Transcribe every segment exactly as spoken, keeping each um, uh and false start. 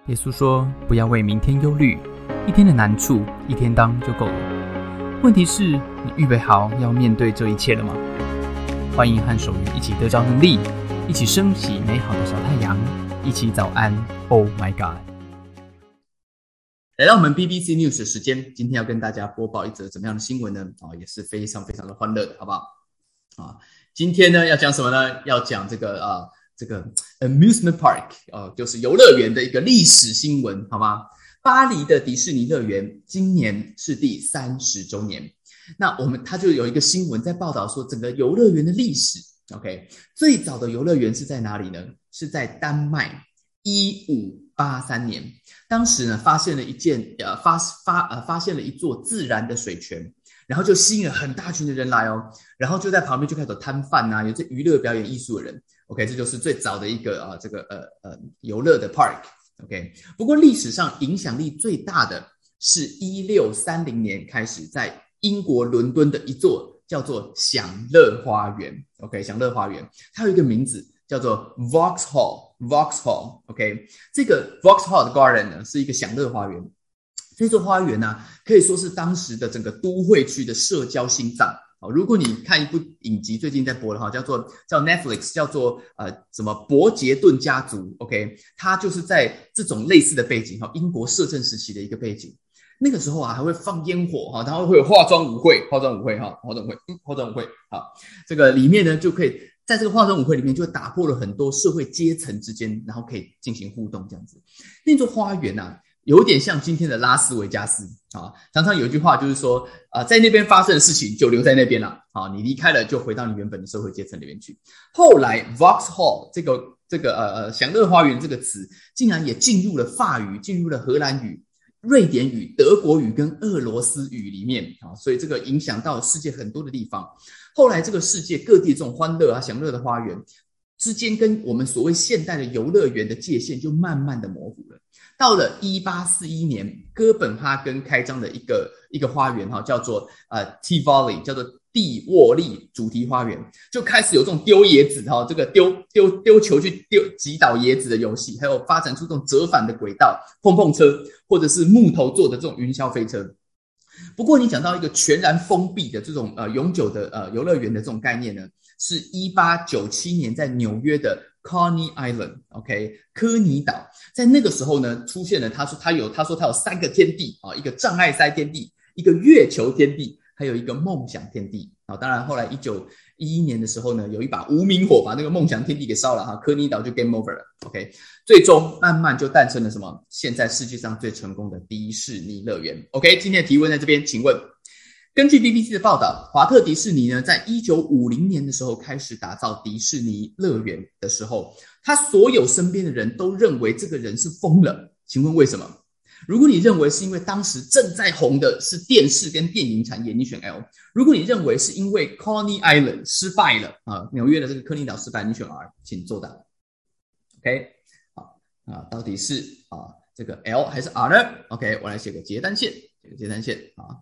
耶稣说：“不要为明天忧虑，一天的难处一天当就够了。”问题是，你预备好要面对这一切了吗？欢迎和守愚一起得着能力，一起升起美好的小太阳，一起早安 ！Oh my God！ 来到我们 B B C News 的时间，今天要跟大家播报一则怎么样的新闻呢？啊，也是非常非常的欢乐的，好不好？啊，今天呢要讲什么呢？要讲这个啊。这个 amusement park 哦，就是游乐园的一个历史新闻，好吗？巴黎的迪士尼乐园今年是第三十周年。那我们它就有一个新闻在报道说，整个游乐园的历史 ，OK， 最早的游乐园是在哪里呢？是在丹麦，一五八三年。当时呢，发现了一件呃发发呃发现了一座自然的水泉。然后就吸引了很大群的人来哦，然后就在旁边就开始有摊贩啊，有这娱乐表演艺术的人 ，OK， 这就是最早的一个啊这个呃呃游乐的 park，OK。不过历史上影响力最大的是一六三零年开始在英国伦敦的一座叫做享乐花园 ，OK， 享乐花园，它有一个名字叫做 Vauxhall，Vauxhall，OK， 这个 Vauxhall 的 Garden 呢是一个享乐花园。这座花园啊，可以说是当时的整个都会区的社交心脏。好，如果你看一部影集，最近在播的哈，叫做叫 Netflix， 叫做呃什么伯杰顿家族 ，OK， 它就是在这种类似的背景哈，英国摄政时期的一个背景。那个时候啊，还会放烟火哈，然后会有化妆舞会，化妆舞会哈，化妆舞会，嗯，化妆舞会。好，这个里面呢就可以在这个化妆舞会里面，就打破了很多社会阶层之间，然后可以进行互动这样子。那座花园啊。有点像今天的拉斯维加斯啊，常常有一句话就是说，啊、呃，在那边发生的事情就留在那边了啊，你离开了就回到你原本的社会阶层里面去。后来 Vauxhall 这个这个呃呃享乐花园这个词，竟然也进入了法语、进入了荷兰语、瑞典语、德国语跟俄罗斯语里面啊，所以这个影响到世界很多的地方。后来这个世界各地这种欢乐啊、享乐的花园之间，跟我们所谓现代的游乐园的界限就慢慢的模糊了。到了一八四一年，哥本哈根开张的一个一个花园哈，叫做呃 Tivoli， 叫做蒂沃利主题花园，就开始有这种丢椰子哈，这个丢丢丢球去丢击倒椰子的游戏，还有发展出这种折返的轨道、碰碰车，或者是木头做的这种云霄飞车。不过，你讲到一个全然封闭的这种呃永久的呃游乐园的这种概念呢，是一八九七年在纽约的。Coney Island，OK， 科尼岛，在那个时候呢，出现了他说他有他说他有三个天地啊，一个障碍赛天地，一个月球天地，还有一个梦想天地啊。当然，后来一九一一年的时候呢，有一把无名火把那个梦想天地给烧了哈，科尼岛就 game over 了 ，OK。最终慢慢就诞生了什么？现在世界上最成功的迪士尼乐园 ，OK。今天的提问在这边，请问。根据 B B C 的报道，华特迪士尼呢，在一九五零年的时候开始打造迪士尼乐园的时候，他所有身边的人都认为这个人是疯了。请问为什么？如果你认为是因为当时正在红的是电视跟电影产业，你选 L； 如果你认为是因为 Coney Island 失败了啊，纽约的这个科尼岛失败，你选 R， 请作答。OK， 好啊，到底是啊这个 L 还是 R 呢 ？OK， 我来写个结单线，写个结单线啊。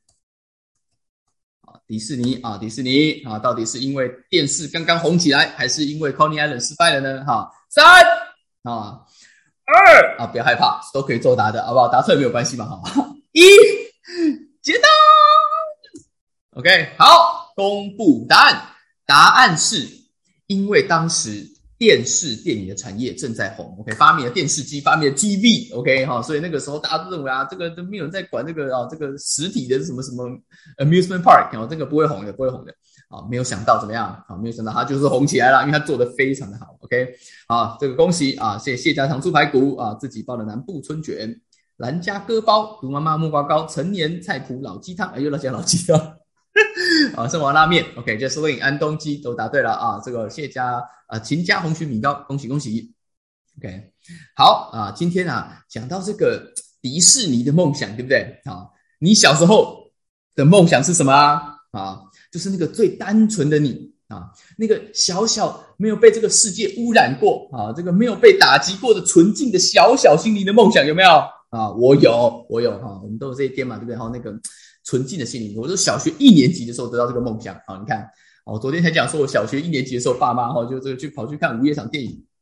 迪士尼啊，迪士尼啊，到底是因为电视刚刚红起来，还是因为 Coney Island 失败了呢？哈，三啊，二啊，不要害怕，都可以作答的，好不好？答错也没有关系嘛，哈，一，解答。OK， 好，公布答案，答案是因为当时。电视电影的产业正在红 ，OK， 发明了电视机，发明了 T V，OK， 哈，所以那个时候大家都认为啊，这个都没有人在管这个啊，这个实体的什么什么 amusement park， 哦，这个不会红的，不会红的，啊，没有想到怎么样，啊，没有想到它就是红起来了，因为它做得非常的好 ，OK， 好，这个恭喜啊，谢谢谢家糖醋排骨啊，自己包的南部春卷，兰家割包，毒妈妈木瓜糕，陈年菜谱老鸡汤，哎，又来讲老鸡汤。啊，圣王拉面 ，OK， 这 Celine 安东鸡都答对了啊。这个谢家啊，秦家红曲米糕，恭喜恭喜 ，OK， 好啊。今天啊，讲到这个迪士尼的梦想，对不对？啊，你小时候的梦想是什么啊？啊，就是那个最单纯的你啊，那个小小没有被这个世界污染过啊，这个没有被打击过的纯净的小小心灵的梦想有没有啊？我有，我有哈，我们都有这一天嘛，对不对？哈，那个。纯净的心灵，我是小学一年级的时候得到这个梦想啊！你看，我昨天才讲说，我小学一年级的时候，爸妈哈就这个去跑去看午夜场电影，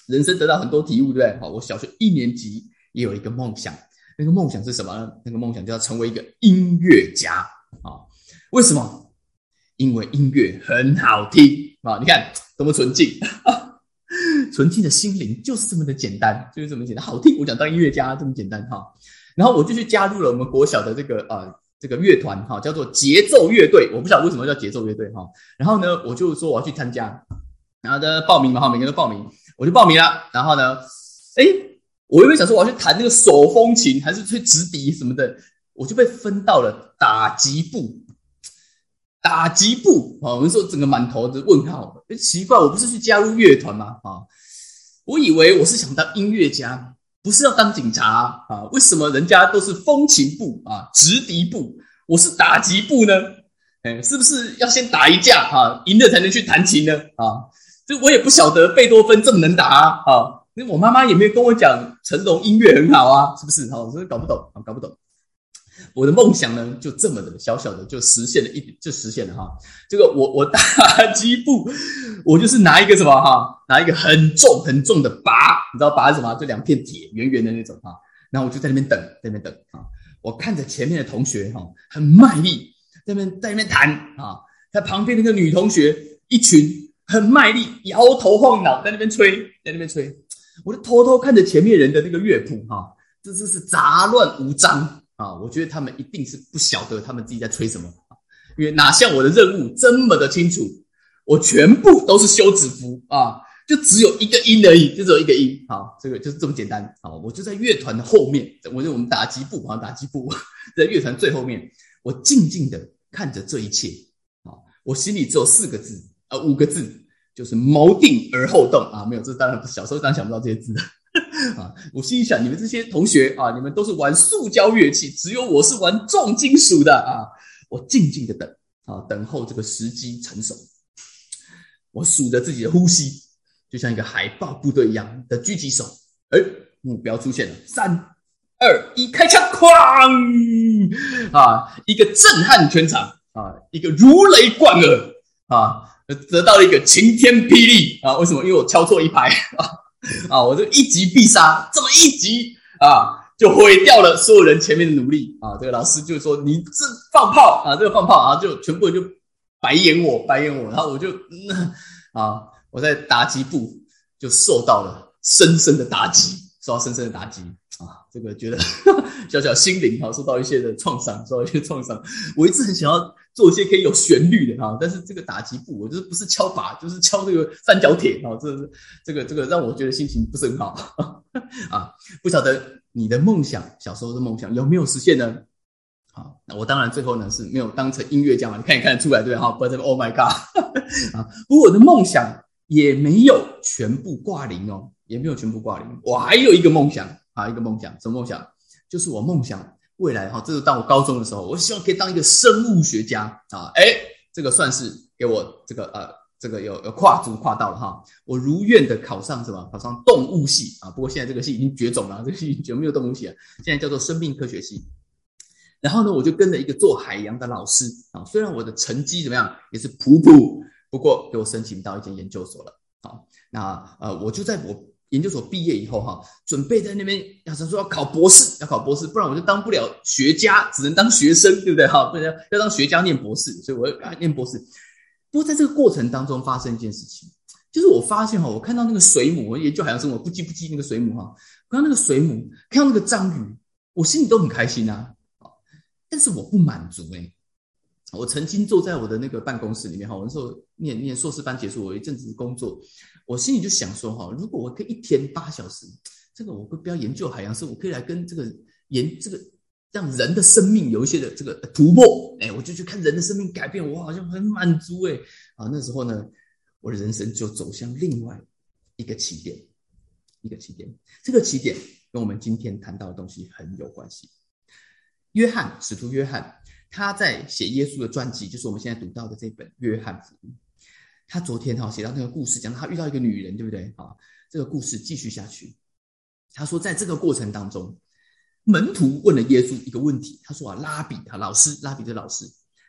人生得到很多体悟，对不对？好，我小学一年级也有一个梦想，那个梦想是什么呢？那个梦想就要成为一个音乐家啊！为什么？因为音乐很好听啊！你看多么纯净，纯净的心灵就是这么的简单，就是这么简单，好听。我想当音乐家这么简单哈。然后我就去加入了我们国小的这个呃这个乐团哈，叫做节奏乐队。我不晓得为什么叫节奏乐队哈。然后呢，我就说我要去参加，然后呢报名嘛哈，每个人都报名，我就报名了。然后呢，哎，我原本想说我要去弹那个手风琴，还是吹直笛什么的，我就被分到了打击部。打击部啊，我们说整个满头的问号，奇怪，我不是去加入乐团吗？啊，我以为我是想当音乐家，不是要当警察啊？为什么人家都是风琴部啊、直笛部，我是打击部呢？哎，是不是要先打一架啊，赢了才能去弹琴呢？啊，这我也不晓得贝多芬这么能打啊，啊，因为我妈妈也没有跟我讲成龙音乐很好啊，是不是？好，所以搞不懂啊，搞不懂。我的梦想呢，就这么的小小的就实现了一点，就实现了哈。这个我我打击部，我就是拿一个什么哈，拿一个很重很重的拔，你知道拔是什么？就两片铁圆圆的那种哈。然后我就在那边等，在那边等啊。我看着前面的同学哈，很卖力，在那边在那边弹啊。他旁边那个女同学一群很卖力，摇头晃脑在那边吹，在那边吹。我就偷偷看着前面人的那个乐谱哈，这真是杂乱无章。啊，我觉得他们一定是不晓得他们自己在吹什么，因为哪像我的任务这么的清楚，我全部都是休止符啊，就只有一个音而已，就只有一个音，好，这个就是这么简单啊。我就在乐团的后面，我就我们打击部啊，打击部在乐团最后面，我静静的看着这一切啊，我心里只有四个字啊，五个字，就是谋定而后动啊，没有，这当然小时候当然想不到这些字的。啊！我心里想，你们这些同学啊，你们都是玩塑胶乐器，只有我是玩重金属的啊！我静静的等啊，等候这个时机成熟。我数着自己的呼吸，就像一个海豹部队一样的狙击手。哎，目标出现了，三、二、一，开枪！哐！啊，一个震撼全场啊，一个如雷贯耳啊，得到了一个晴天霹雳啊！为什么？因为我敲错一拍啊。啊！我就一击必杀，这么一击啊，就毁掉了所有人前面的努力啊！这个老师就说：“你这放炮啊，这个放炮啊！”就全部人就白眼我，白眼我，然后我就、嗯、啊，我在打击部就受到了深深的打击，受到深深的打击啊！这个觉得小小心灵啊，受到一些的创伤，受到一些创伤。我一直很想要做一些可以有旋律的哈，但是这个打击部，我就是不是敲把，就是敲这个三角铁啊，这是这个这个让我觉得心情不是很好啊。不晓得你的梦想，小时候的梦想有没有实现呢？好，那我当然最后呢是没有当成音乐家嘛，你看也看得出来对哈，不要这么 Oh my God 啊。不过我的梦想也没有全部挂零哦，也没有全部挂零，我还有一个梦想啊，一个梦想，什么梦想？就是我梦想。未来哈，这是当我高中的时候，我希望可以当一个生物学家啊！哎，这个算是给我这个呃，这个有有跨足跨到了哈。我如愿的考上什么？考上动物系啊！不过现在这个系已经绝种了，这个系有没有动物系了？现在叫做生命科学系。然后呢，我就跟着一个做海洋的老师啊，虽然我的成绩怎么样也是普普，不过给我申请到一间研究所了。好，那呃，我就在我研究所毕业以后哈，准备在那边要说要考博士，要考博士，不然我就当不了学家，只能当学生，对不对？哈，不然要当学家念博士，所以我要念博士。不过在这个过程当中发生一件事情，就是我发现哈，我看到那个水母，我研究海洋生物，不羁不羁那个水母哈，看到那个水母，看到那个章鱼，我心里都很开心啊，但是我不满足哎、欸。我曾经坐在我的那个办公室里面哈，我那时候念念硕士班结束，我有一阵子工作，我心里就想说哈，如果我可以一天八小时，这个我会不要研究海洋生物，我可以来跟这个研这个让人的生命有一些的这个突破，哎，我就去看人的生命改变，我好像很满足哎啊，那时候呢，我的人生就走向另外一个起点，一个起点，这个起点跟我们今天谈到的东西很有关系。约翰，使徒约翰。他在写耶稣的传记，就是我们现在读到的这本《约翰福音》。他昨天哈写到那个故事，讲他遇到一个女人，对不对？啊，这个故事继续下去。他说，在这个过程当中，门徒问了耶稣一个问题，他说啊，拉比，他老师，拉比的老师，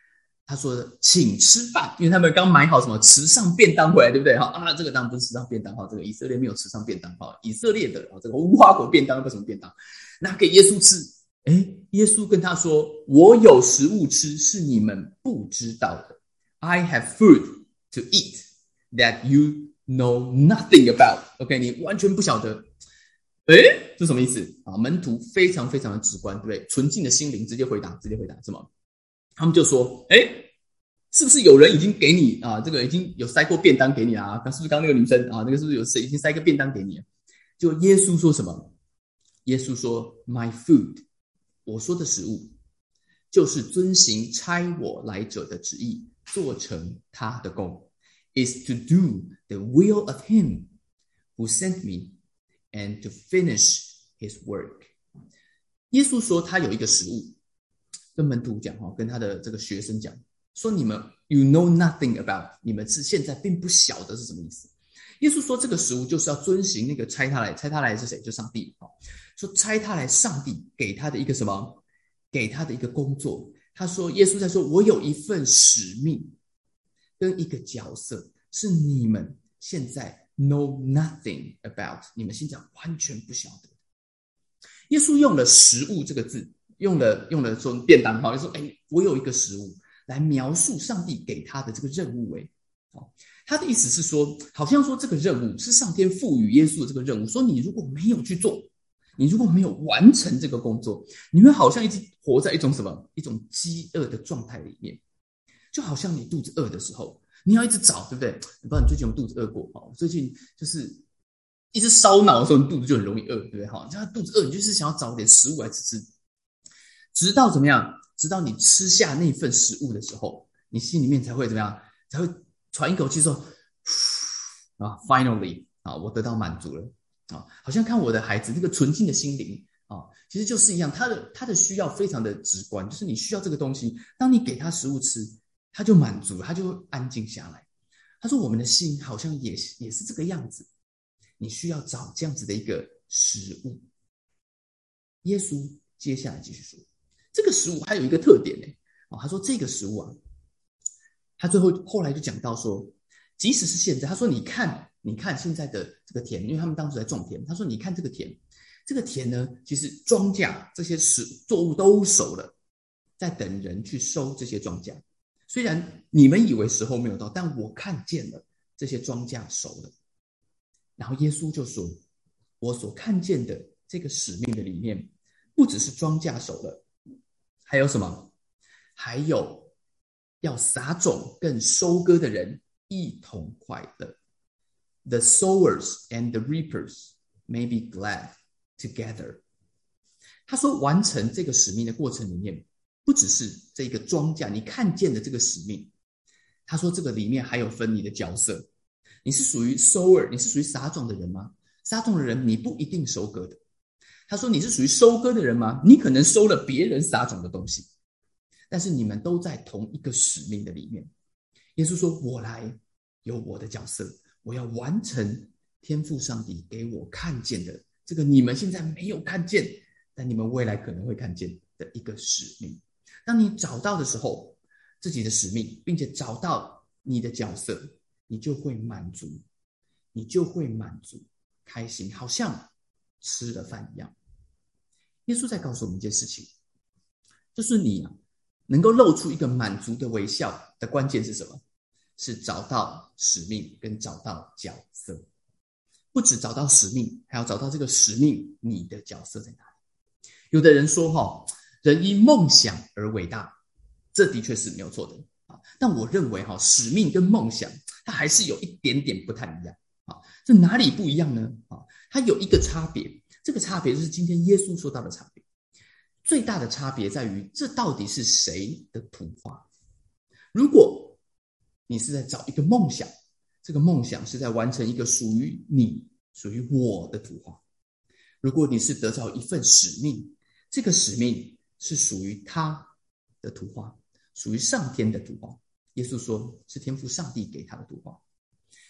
他说请吃饭，因为他们刚买好什么时尚便当回来，对不对？啊，这个当然不是时尚便当，这个以色列没有时尚便当，以色列的这个无花果便当不什么便当，拿给耶稣吃。诶，耶稣跟他说，我有食物吃是你们不知道的。 I have food to eat that you know nothing about. OK， 你完全不晓得。诶，这什么意思啊？门徒非常非常的直观，对不对？纯净的心灵直接回答，直接回答什么？他们就说，诶，是不是有人已经给你啊？这个已经有塞过便当给你啊？是不是刚那个女生啊？那个是不是有谁已经塞个便当给你了？就耶稣说什么？耶稣说 ，My food， 我说的食物，就是遵行差我来者的旨意，做成他的工 ，is to do the will of him who sent me and to finish his work。耶稣说他有一个食物，跟门徒讲哈，跟他的这个学生讲。说你们 you know nothing about， 你们是现在并不晓得是什么意思。耶稣说这个食物就是要遵行那个差他来，差他来是谁？就上帝。说差他来，上帝给他的一个什么？给他的一个工作。他说耶稣在说，我有一份使命跟一个角色，是你们现在 know nothing about， 你们现在完全不晓得。耶稣用了食物这个字，用了用了说便当，就说哎，我有一个食物。来描述上帝给他的这个任务。诶，他的意思是说，好像说这个任务是上天赋予耶稣的这个任务，说你如果没有去做，你如果没有完成这个工作，你会好像一直活在一种什么？一种饥饿的状态里面。就好像你肚子饿的时候，你要一直找，对不对？不知道你最近有肚子饿过？最近就是一直烧脑的时候，你肚子就很容易饿，对不对？你肚子饿，你就是想要找点食物来吃吃，直到怎么样？直到你吃下那份食物的时候，你心里面才会怎么样？才会喘一口气说啊 ，finally 啊，我得到满足了啊！好像看我的孩子那个纯净的心灵啊，其实就是一样，他的他的需要非常的直观，就是你需要这个东西，当你给他食物吃，他就满足，他就会安静下来。他说我们的心好像也也是这个样子，你需要找这样子的一个食物。耶稣接下来继续说。这个食物还有一个特点呢，哦，他说这个食物啊，他最后后来就讲到说，即使是现在，他说你看，你看现在的这个田，因为他们当时在种田，他说你看这个田，这个田呢，其实庄稼这些食作物都熟了，在等人去收这些庄稼。虽然你们以为时候没有到，但我看见了这些庄稼熟了。然后耶稣就说，我所看见的这个使命的里面，不只是庄稼熟了。还有什么？还有要撒种跟收割的人一同快乐。The sowers and the reapers may be glad together。他说，完成这个使命的过程里面，不只是这个庄稼你看见的这个使命。他说，这个里面还有分你的角色。你是属于 sower， 你是属于撒种的人吗？撒种的人，你不一定收割的。他说你是属于收割的人吗？你可能收了别人撒种的东西，但是你们都在同一个使命的里面。耶稣说，我来有我的角色，我要完成天父上帝给我看见的这个你们现在没有看见，但你们未来可能会看见的一个使命。当你找到的时候，自己的使命，并且找到你的角色，你就会满足，你就会满足开心，好像吃了饭一样。耶稣在告诉我们一件事情，就是你啊，能够露出一个满足的微笑的关键是什么？是找到使命跟找到角色。不只找到使命，还要找到这个使命你的角色在哪里。有的人说齁，人因梦想而伟大，这的确是没有错的。但我认为齁，使命跟梦想它还是有一点点不太一样。这哪里不一样呢？它有一个差别，这个差别就是今天耶稣说到的差别。最大的差别在于，这到底是谁的图画？如果你是在找一个梦想，这个梦想是在完成一个属于你、属于我的图画。如果你是得到一份使命，这个使命是属于他的图画，属于上天的图画。耶稣说，是天父上帝给他的图画。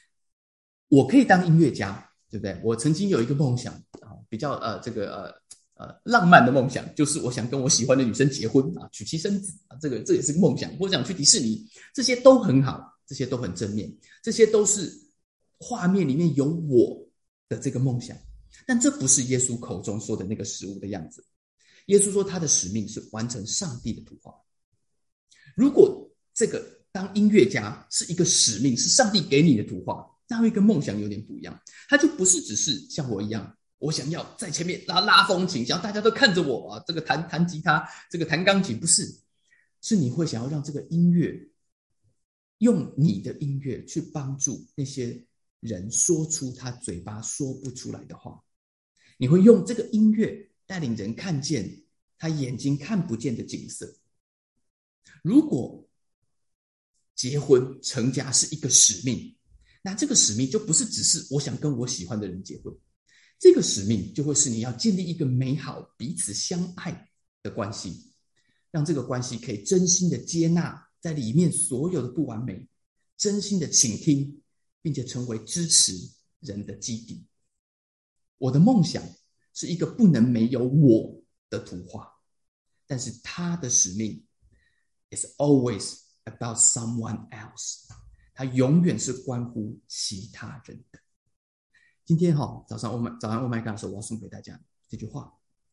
我可以当音乐家，对不对？我曾经有一个梦想，比较呃这个呃呃浪漫的梦想，就是我想跟我喜欢的女生结婚啊，娶妻生子啊，这个这也是个梦想。我想去迪士尼，这些都很好，这些都很正面，这些都是画面里面有我的这个梦想。但这不是耶稣口中说的那个食物的样子。耶稣说他的使命是完成上帝的图画。如果这个当音乐家是一个使命，是上帝给你的图画，那会跟梦想有点不一样。他就不是只是像我一样，我想要在前面拉拉风琴，想要大家都看着我啊，这个弹弹吉他，这个弹钢琴，不是，是你会想要让这个音乐，用你的音乐去帮助那些人说出他嘴巴说不出来的话。你会用这个音乐带领人看见他眼睛看不见的景色。如果结婚成家是一个使命，那这个使命就不是只是我想跟我喜欢的人结婚，这个使命就会是你要建立一个美好彼此相爱的关系，让这个关系可以真心的接纳在里面所有的不完美，真心的倾听，并且成为支持人的基地。我的梦想是一个不能没有我的图画，但是他的使命 is always about someone else， 它永远是关乎其他人的。今天哈早上 Oh my 早上 Oh my God 的时候，我要送给大家这句话，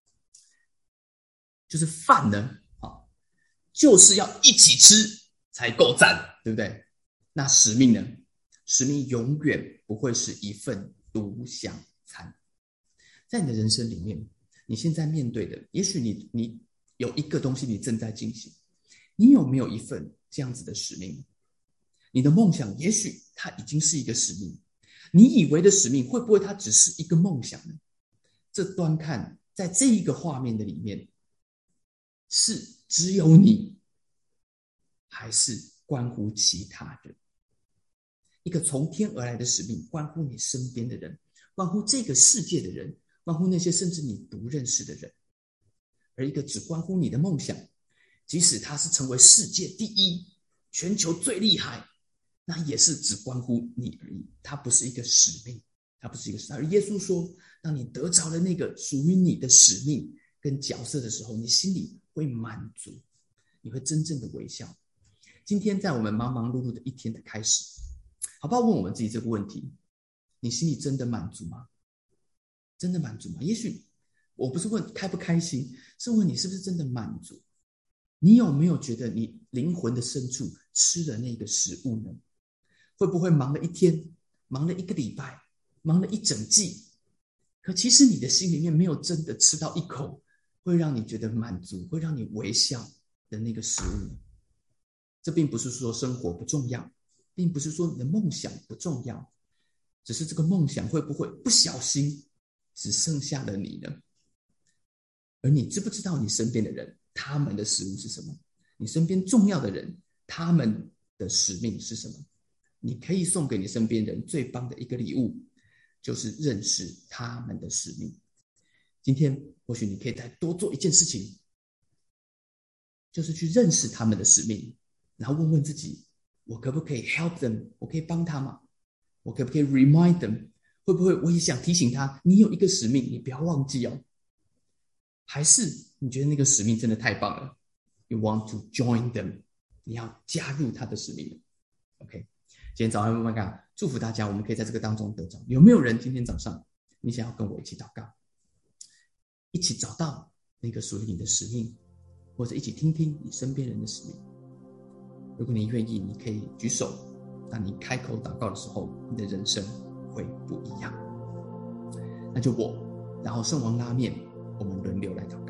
就是饭呢，就是要一起吃才够赞，对不对？那使命呢？使命永远不会是一份独享餐。在你的人生里面，你现在面对的，也许你你有一个东西你正在进行，你有没有一份这样子的使命？你的梦想也许它已经是一个使命，你以为的使命会不会它只是一个梦想呢？这端看在这一个画面的里面，是只有你，还是关乎其他人？一个从天而来的使命，关乎你身边的人，关乎这个世界的人，关乎那些甚至你不认识的人。而一个只关乎你的梦想，即使它是成为世界第一，全球最厉害，那也是只关乎你而已，它不是一个使命，它不是一个使命。而耶稣说，当你得着了那个属于你的使命跟角色的时候，你心里会满足，你会真正的微笑。今天在我们忙忙碌碌的一天的开始，好不好问我们自己这个问题，你心里真的满足吗？真的满足吗？也许我不是问开不开心，是问你是不是真的满足。你有没有觉得你灵魂的深处吃了那个食物呢？会不会忙了一天，忙了一个礼拜，忙了一整季，可其实你的心里面没有真的吃到一口会让你觉得满足，会让你微笑的那个食物呢？这并不是说生活不重要，并不是说你的梦想不重要，只是这个梦想会不会不小心只剩下了你呢？而你知不知道你身边的人，他们的食物是什么？你身边重要的人，他们的使命是什么？你可以送给你身边人最棒的一个礼物，就是认识他们的使命。今天或许你可以再多做一件事情，就是去认识他们的使命，然后问问自己，我可不可以 help them？ 我可以帮他吗？我可不可以 remind them？ 会不会我也想提醒他，你有一个使命，你不要忘记哦。还是你觉得那个使命真的太棒了， You want to join them， 你要加入他的使命。 OK， 今天早上 Oh my God， 祝福大家，我们可以在这个当中得着。有没有人今天早上你想要跟我一起祷告，一起找到那个属于你的使命，或者一起听听你身边人的使命？如果你愿意，你可以举手，当你开口祷告的时候，你的人生会不一样。那就我，然后圣王拉面，我们轮流来祷告。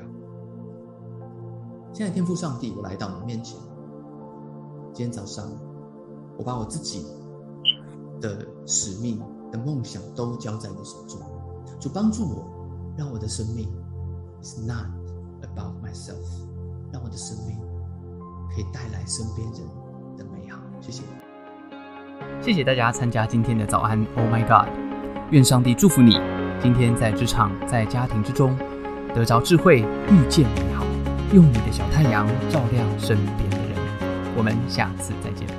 现在天父上帝，我来到你面前，今天早上我把我自己的使命的梦想都交在你手中，主帮助我，让我的生命 is not about myself， 让我的生命可以带来身边人的美好。谢谢谢谢大家参加今天的早安 Oh my God， 愿上帝祝福你，今天在职场在家庭之中得着智慧，遇见美好，用你的小太阳照亮身边的人。我们下次再见。